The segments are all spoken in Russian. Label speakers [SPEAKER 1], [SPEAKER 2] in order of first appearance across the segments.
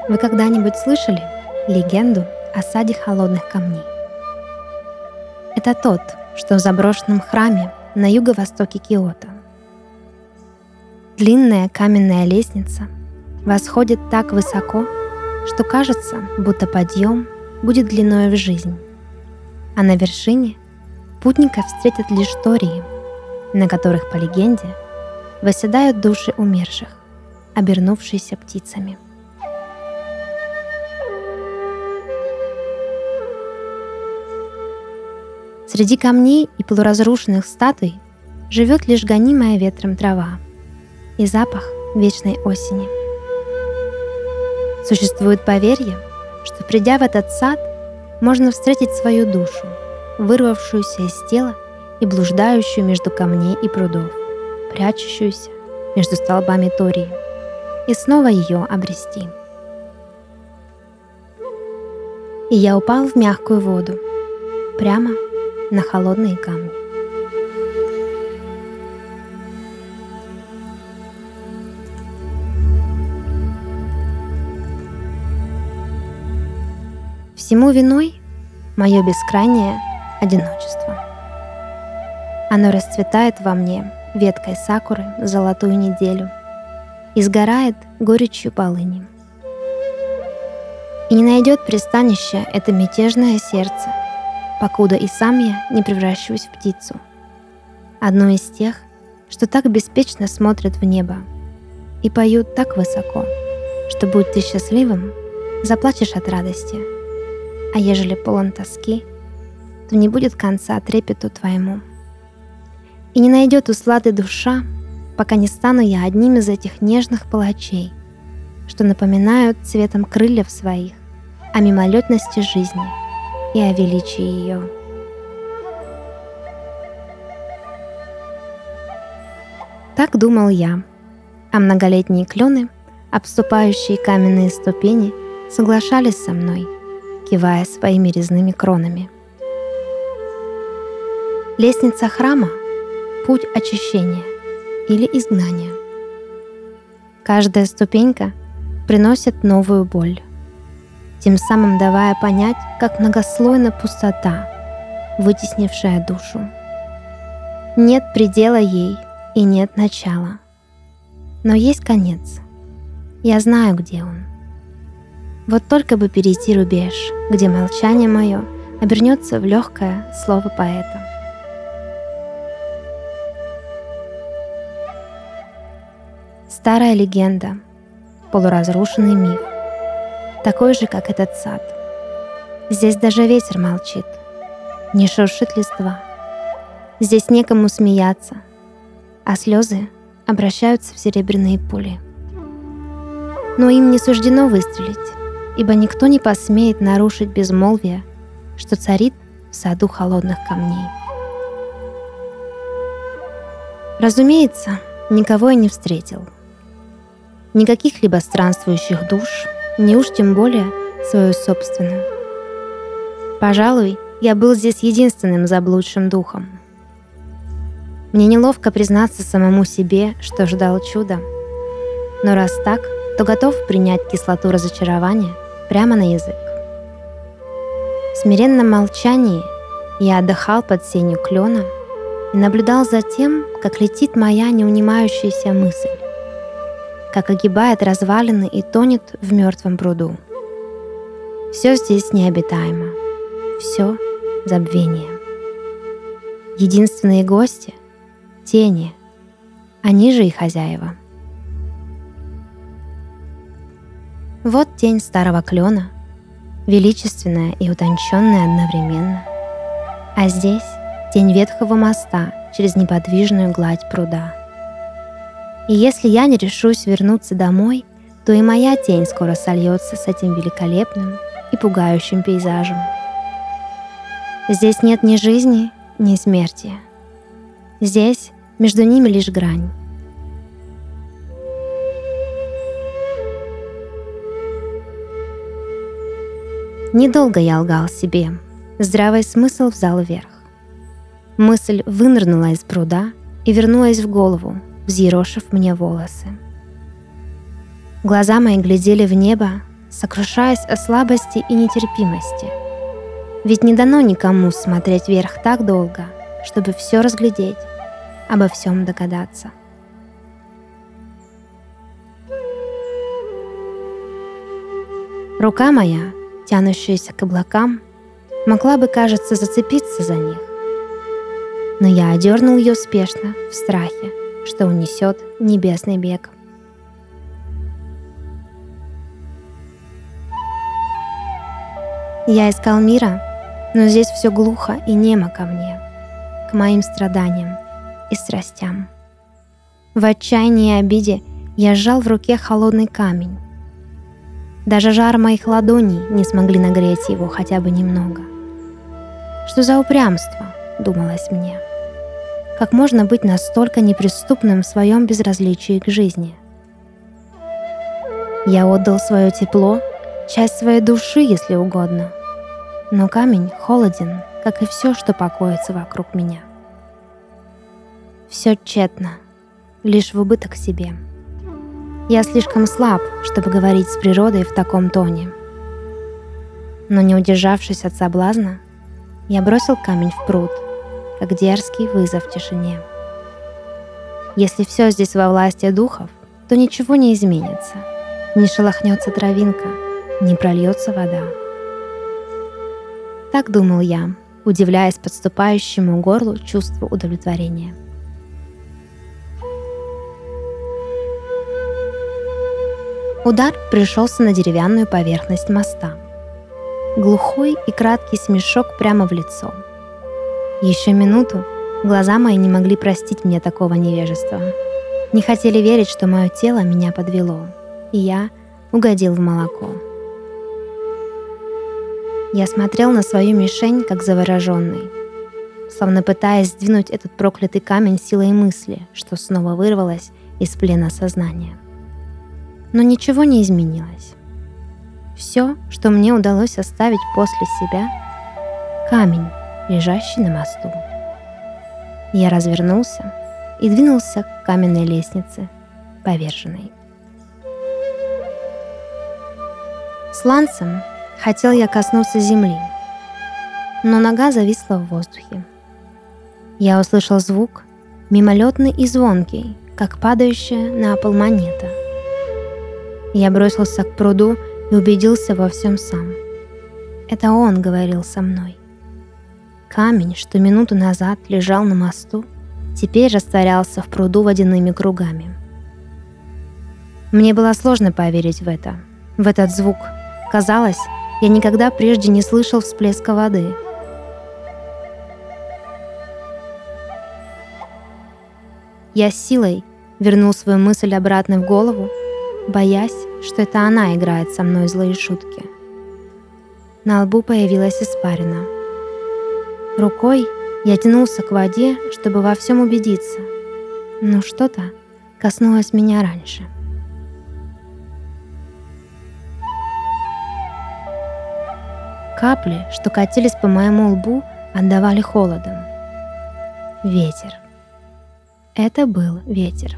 [SPEAKER 1] Вы когда-нибудь слышали легенду о саде холодных камней? Это тот, что в заброшенном храме на юго-востоке Киото. Длинная каменная лестница восходит так высоко, что кажется, будто подъем будет длиной в жизнь. А на вершине путников встретят лишь тории, на которых, по легенде, восседают души умерших, обернувшиеся птицами. Среди камней и полуразрушенных статуй живет лишь гонимая ветром трава и запах вечной осени. Существует поверье, что, придя в этот сад, можно встретить свою душу, вырвавшуюся из тела и блуждающую между камней и прудов, прячущуюся между столбами тории, и снова ее обрести. И я упал в мягкую воду, прямо на холодные камни. Всему виной мое бескрайнее одиночество. Оно расцветает во мне веткой сакуры в золотую неделю и сгорает горечью полыни. И не найдет пристанища это мятежное сердце, покуда и сам я не превращусь в птицу, одну из тех, что так беспечно смотрят в небо и поют так высоко, что, будь ты счастливым, заплачешь от радости, а ежели полон тоски, то не будет конца трепету твоему. И не найдет услады душа, пока не стану я одним из этих нежных палачей, что напоминают цветом крыльев своих о мимолетности жизни и о величии ее. Так думал я, а многолетние клены, обступающие каменные ступени, соглашались со мной, кивая своими резными кронами. Лестница храма — путь очищения или изгнания. Каждая ступенька приносит новую боль, тем самым давая понять, как многослойна пустота, вытеснившая душу. Нет предела ей и нет начала, но есть конец. Я знаю, где он. Вот только бы перейти рубеж, где молчание мое обернется в легкое слово поэта. Старая легенда, полуразрушенный миф, такой же, как этот сад. Здесь даже ветер молчит, не шуршит листва. Здесь некому смеяться, а слезы обращаются в серебряные пули. Но им не суждено выстрелить, ибо никто не посмеет нарушить безмолвие, что царит в саду холодных камней. Разумеется, никого я не встретил. Никаких либо странствующих душ, ни уж тем более свою собственную. Пожалуй, я был здесь единственным заблудшим духом. Мне неловко признаться самому себе, что ждал чуда, но раз так, то готов принять кислоту разочарования прямо на язык. В смиренном молчании я отдыхал под сенью клена и наблюдал за тем, как летит моя неунимающаяся мысль, как огибает развалины и тонет в мертвом пруду. Все здесь необитаемо, все забвение. Единственные гости — тени, они же и хозяева. Вот тень старого клена, величественная и утонченная одновременно, а здесь тень ветхого моста через неподвижную гладь пруда. И если я не решусь вернуться домой, то и моя тень скоро сольется с этим великолепным и пугающим пейзажем. Здесь нет ни жизни, ни смерти. Здесь между ними лишь грань. Недолго я лгал себе. Здравый смысл взял верх. Мысль вынырнула из пруда и вернулась в голову, взъерошив мне волосы. Глаза мои глядели в небо сокрушаясь о слабости и нетерпимости. Ведь не дано никому смотреть вверх так долго, чтобы все разглядеть, обо всем догадаться. Рука моя, тянущаяся к облакам, могла бы, кажется, зацепиться за них. Но я одернул ее спешно, в страхе, что унесет небесный бег. Я искал мира, но здесь все глухо и немо ко мне, к моим страданиям и страстям. В отчаянии и обиде я сжал в руке холодный камень. Даже жар моих ладоней не смогли нагреть его хотя бы немного. Что за упрямство, думалось мне. Как можно быть настолько неприступным в своем безразличии к жизни? Я отдал свое тепло, часть своей души, если угодно. Но камень холоден, как и все, что покоится вокруг меня. Все тщетно, лишь в убыток себе. Я слишком слаб, чтобы говорить с природой в таком тоне. Но не удержавшись от соблазна, я бросил камень в пруд, как дерзкий вызов тишине. Если все здесь во власти духов, то ничего не изменится, не шелохнется травинка, не прольется вода. Так думал я, удивляясь подступающему горлу чувству удовлетворения. Удар пришелся на деревянную поверхность моста. Глухой и краткий смешок прямо в лицо. Еще минуту глаза мои не могли простить мне такого невежества. Не хотели верить, что мое тело меня подвело, и я угодил в молоко. Я смотрел на свою мишень, как завороженный, словно пытаясь сдвинуть этот проклятый камень силой мысли, что снова вырвалось из плена сознания. Но ничего не изменилось. Все, что мне удалось оставить после себя — камень, лежащий на мосту. Я развернулся и двинулся к каменной лестнице, поверженной. Сланцем хотел я коснуться земли, но нога зависла в воздухе. Я услышал звук, мимолетный и звонкий, как падающая на пол монета. Я бросился к пруду и убедился во всем сам. Это он говорил со мной. Камень, что минуту назад лежал на мосту, теперь растворялся в пруду водяными кругами. Мне было сложно поверить в это, в этот звук. Казалось, я никогда прежде не слышал всплеска воды. Я с силой вернул свою мысль обратно в голову, боясь, что это она играет со мной злые шутки. На лбу появилась испарина. Рукой я тянулся к воде, чтобы во всем убедиться, но что-то коснулось меня раньше. Капли, что катились по моему лбу, отдавали холодом. Ветер. Это был ветер.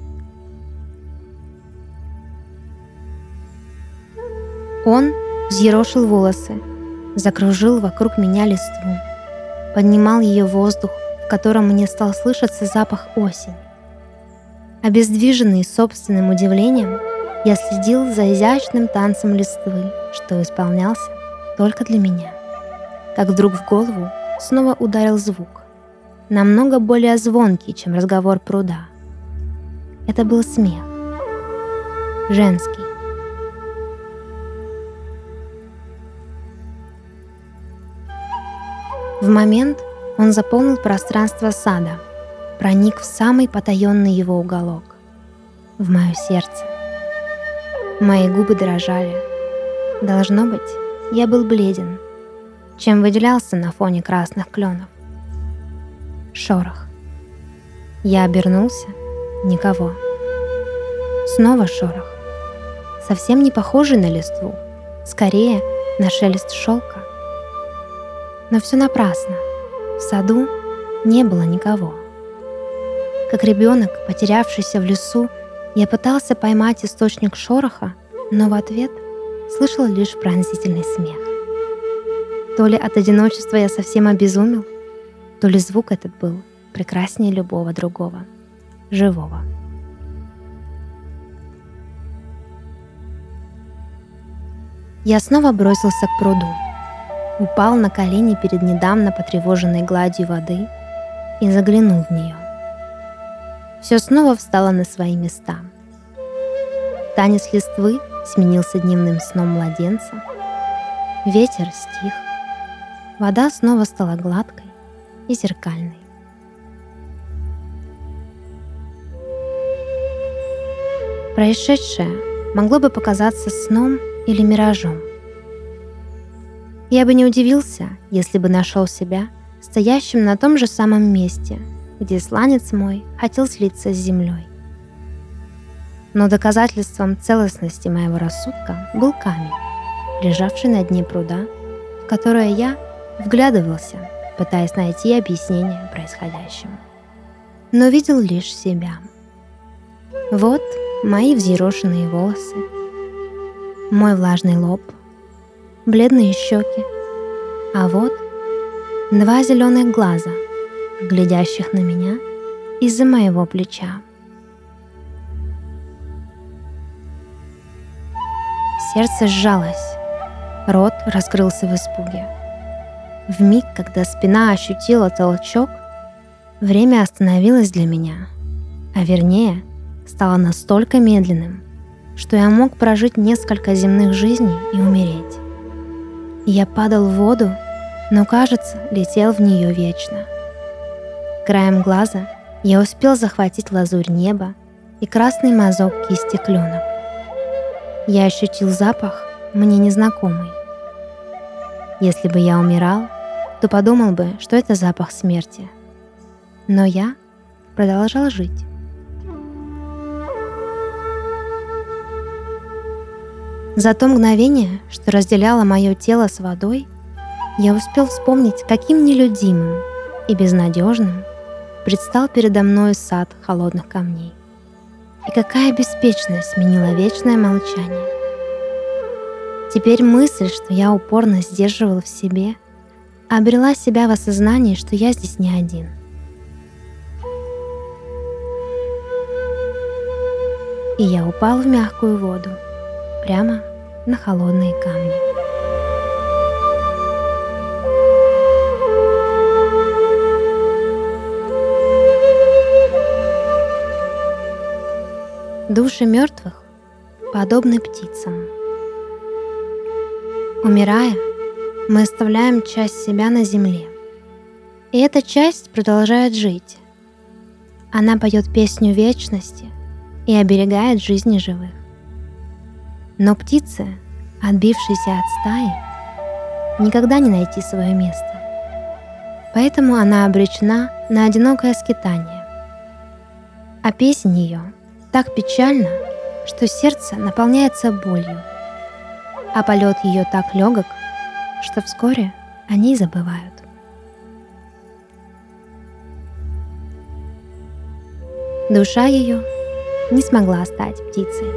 [SPEAKER 1] Он взъерошил волосы, закружил вокруг меня листву, поднимал ее в воздух, в котором мне стал слышаться запах осени. Обездвиженный собственным удивлением, я следил за изящным танцем листвы, что исполнялся только для меня. Как вдруг в голову снова ударил звук, намного более звонкий, чем разговор пруда. Это был смех. Женский. В момент он заполнил пространство сада, проник в самый потаенный его уголок, в мое сердце. Мои губы дрожали. Должно быть, я был бледен, чем выделялся на фоне красных кленов. Шорох. Я обернулся. Никого. Снова шорох. Совсем не похожий на листву, скорее на шелест шелка. Но все напрасно. В саду не было никого. Как ребенок, потерявшийся в лесу, я пытался поймать источник шороха, но в ответ слышал лишь пронзительный смех. То ли от одиночества я совсем обезумел, то ли звук этот был прекраснее любого другого, живого. Я снова бросился к пруду, упал на колени перед недавно потревоженной гладью воды и заглянул в нее. Все снова встало на свои места. Танец листвы сменился дневным сном младенца, ветер стих, вода снова стала гладкой и зеркальной. Происшедшее могло бы показаться сном или миражом. Я бы не удивился, если бы нашел себя стоящим на том же самом месте, где сланец мой хотел слиться с землей. Но доказательством целостности моего рассудка был камень, лежавший на дне пруда, в которое я вглядывался, пытаясь найти объяснение происходящему. Но видел лишь себя. Вот мои взъерошенные волосы, мой влажный лоб, бледные щеки, а вот 2 зеленых глаза, глядящих на меня из-за моего плеча. Сердце сжалось, рот раскрылся в испуге. В миг, когда спина ощутила толчок, время остановилось для меня, а вернее, стало настолько медленным, что я мог прожить несколько земных жизней и умереть. Я падал в воду, но, кажется, летел в нее вечно. Краем глаза я успел захватить лазурь неба и красный мазок кисти кленов. Я ощутил запах, мне незнакомый. Если бы я умирал, то подумал бы, что это запах смерти. Но я продолжал жить. За то мгновение, что разделяло мое тело с водой, я успел вспомнить, каким нелюдимым и безнадежным предстал передо мной сад холодных камней. И какая беспечность сменила вечное молчание. Теперь мысль, что я упорно сдерживал в себе, обрела себя в осознании, что я здесь не один. И я упал в мягкую воду, прямо на холодные камни. Души мертвых подобны птицам. Умирая, мы оставляем часть себя на земле, и эта часть продолжает жить. Она поет песню вечности и оберегает жизни живых. Но птице, отбившейся от стаи, никогда не найти свое место. Поэтому она обречена на одинокое скитание. А песнь ее так печальна, что сердце наполняется болью, а полет ее так легок, что вскоре о ней забывают. Душа ее не смогла стать птицей.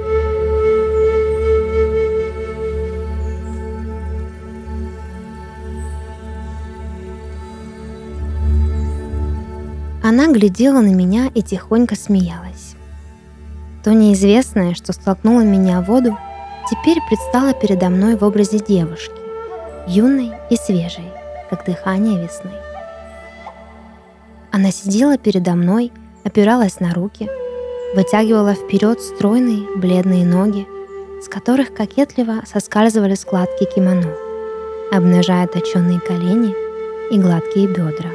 [SPEAKER 1] Она глядела на меня и тихонько смеялась. То неизвестное, что столкнуло меня в воду, теперь предстало передо мной в образе девушки, юной и свежей, как дыхание весны. Она сидела передо мной, опиралась на руки, вытягивала вперед стройные бледные ноги, с которых кокетливо соскальзывали складки кимоно, обнажая точеные колени и гладкие бедра.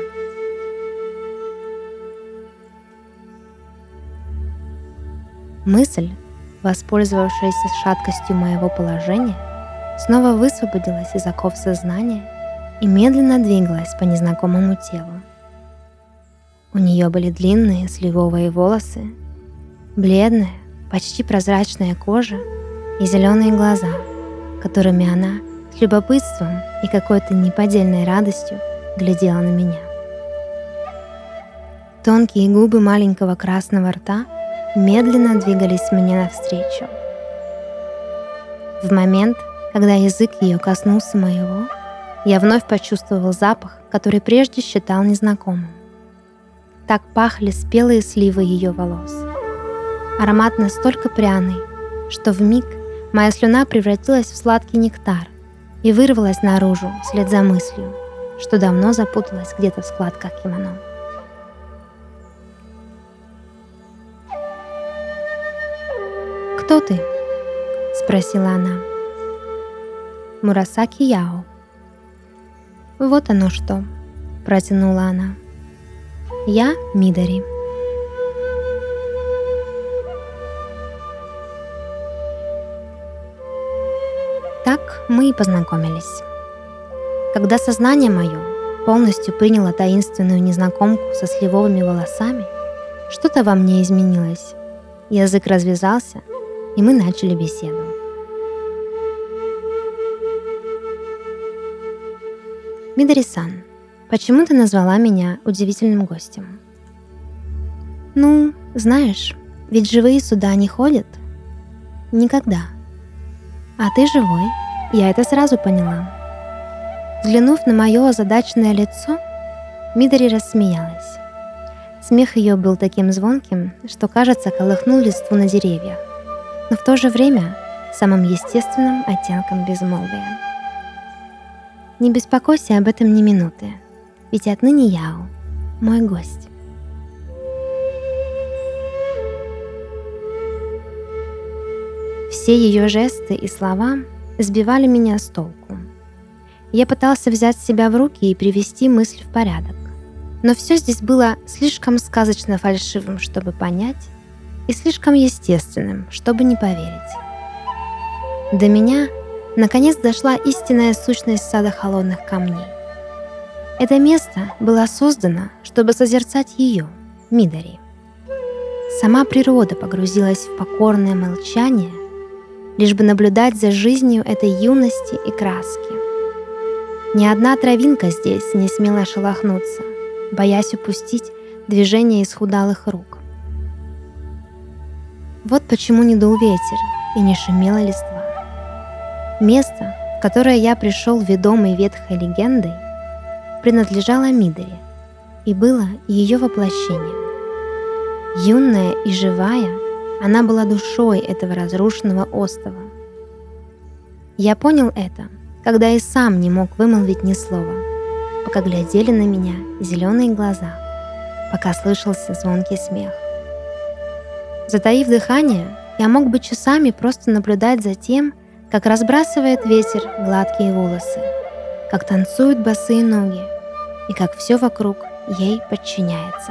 [SPEAKER 1] Мысль, воспользовавшаяся шаткостью моего положения, снова высвободилась из оков сознания и медленно двигалась по незнакомому телу. У нее были длинные сливовые волосы, бледная, почти прозрачная кожа и зеленые глаза, которыми она с любопытством и какой-то неподдельной радостью глядела на меня. Тонкие губы маленького красного рта медленно двигались мне навстречу. В момент, когда язык ее коснулся моего, я вновь почувствовал запах, который прежде считал незнакомым. Так пахли спелые сливы ее волос. Аромат настолько пряный, что вмиг моя слюна превратилась в сладкий нектар и вырвалась наружу вслед за мыслью, что давно запуталась где-то в складках кимоно. «Кто ты?» — спросила она. «Мурасаки Яо». «Вот оно что», — протянула она. «Я Мидари». Так мы и познакомились. Когда сознание мое полностью приняло таинственную незнакомку со сливовыми волосами, что-то во мне изменилось. Язык развязался, и мы начали беседу. «Мидари-сан, почему ты назвала меня удивительным гостем?» «Ну, знаешь, ведь живые сюда не ходят. Никогда. А ты живой, я это сразу поняла». Взглянув на мое озадаченное лицо, Мидари рассмеялась. Смех ее был таким звонким, что, кажется, колыхнул листву на деревьях, но в то же время самым естественным оттенком безмолвия. «Не беспокойся об этом ни минуты, ведь отныне Яо — мой гость». Все ее жесты и слова сбивали меня с толку. Я пытался взять себя в руки и привести мысль в порядок, но все здесь было слишком сказочно фальшивым, чтобы понять, и слишком естественным, чтобы не поверить. До меня наконец дошла истинная сущность сада холодных камней. Это место было создано, чтобы созерцать ее, Мидари. Сама природа погрузилась в покорное молчание, лишь бы наблюдать за жизнью этой юности и краски. Ни одна травинка здесь не смела шелохнуться, боясь упустить движение исхудалых рук. Вот почему не дул ветер и не шумела листва. Место, в которое я пришел ведомый ветхой легендой, принадлежало Мидари и было ее воплощением. Юная и живая, она была душой этого разрушенного острова. Я понял это, когда и сам не мог вымолвить ни слова, пока глядели на меня зеленые глаза, пока слышался звонкий смех. Затаив дыхание, я мог бы часами просто наблюдать за тем, как разбрасывает ветер гладкие волосы, как танцуют босые ноги и как все вокруг ей подчиняется.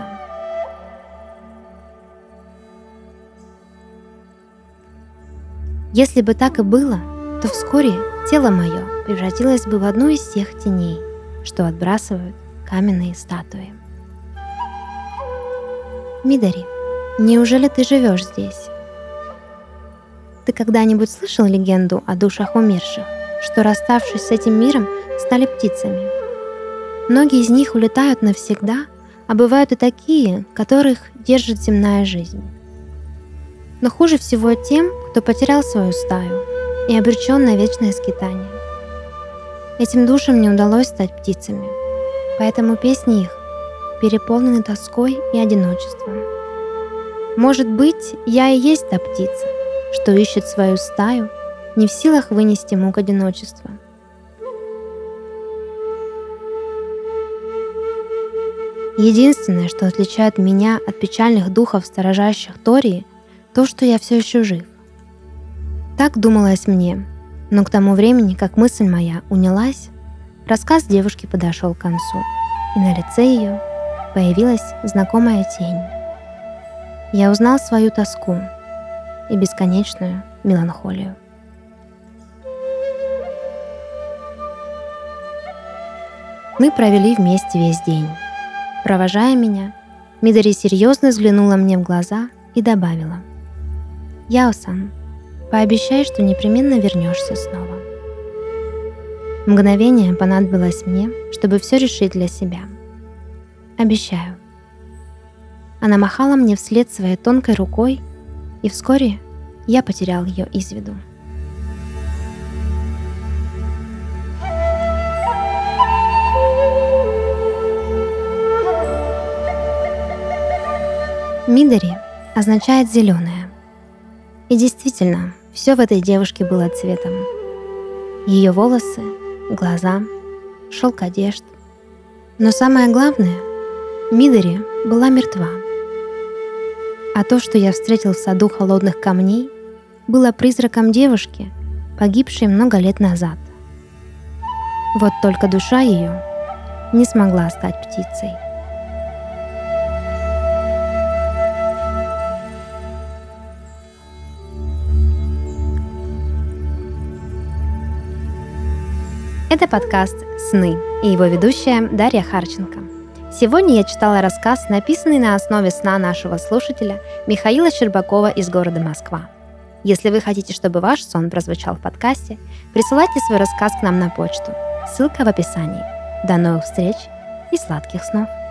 [SPEAKER 1] Если бы так и было, то вскоре тело мое превратилось бы в одну из тех теней, что отбрасывают каменные статуи. «Мидари, неужели ты живешь здесь? Ты когда-нибудь слышал легенду о душах умерших, что, расставшись с этим миром, стали птицами? Многие из них улетают навсегда, а бывают и такие, которых держит земная жизнь. Но хуже всего тем, кто потерял свою стаю и обречен на вечное скитание. Этим душам не удалось стать птицами, поэтому песни их переполнены тоской и одиночеством. Может быть, я и есть та птица, что ищет свою стаю, не в силах вынести мук одиночества. Единственное, что отличает меня от печальных духов, сторожащих Тории, то, что я все еще жив. Так думалось мне, но к тому времени, как мысль моя унялась, рассказ девушки подошел к концу, и на лице ее появилась знакомая тень. Я узнал свою тоску и бесконечную меланхолию. Мы провели вместе весь день. Провожая меня, Мидари серьезно взглянула мне в глаза и добавила: «Яо-сан, пообещай, что непременно вернешься снова». Мгновение понадобилось мне, чтобы все решить для себя. «Обещаю». Она махала мне вслед своей тонкой рукой, и вскоре я потерял ее из виду. Мидори означает «зеленая». И действительно, все в этой девушке было цветом. Ее волосы, глаза, шелк одежд. Но самое главное, Мидори была мертва. А то, что я встретил в саду холодных камней, было призраком девушки, погибшей много лет назад. Вот только душа ее не смогла стать птицей. Это подкаст «Сны» и его ведущая Дарья Харченко. Сегодня я читала рассказ, написанный на основе сна нашего слушателя Михаила Щербакова из города Москва. Если вы хотите, чтобы ваш сон прозвучал в подкасте, присылайте свой рассказ к нам на почту. Ссылка в описании. До новых встреч и сладких снов!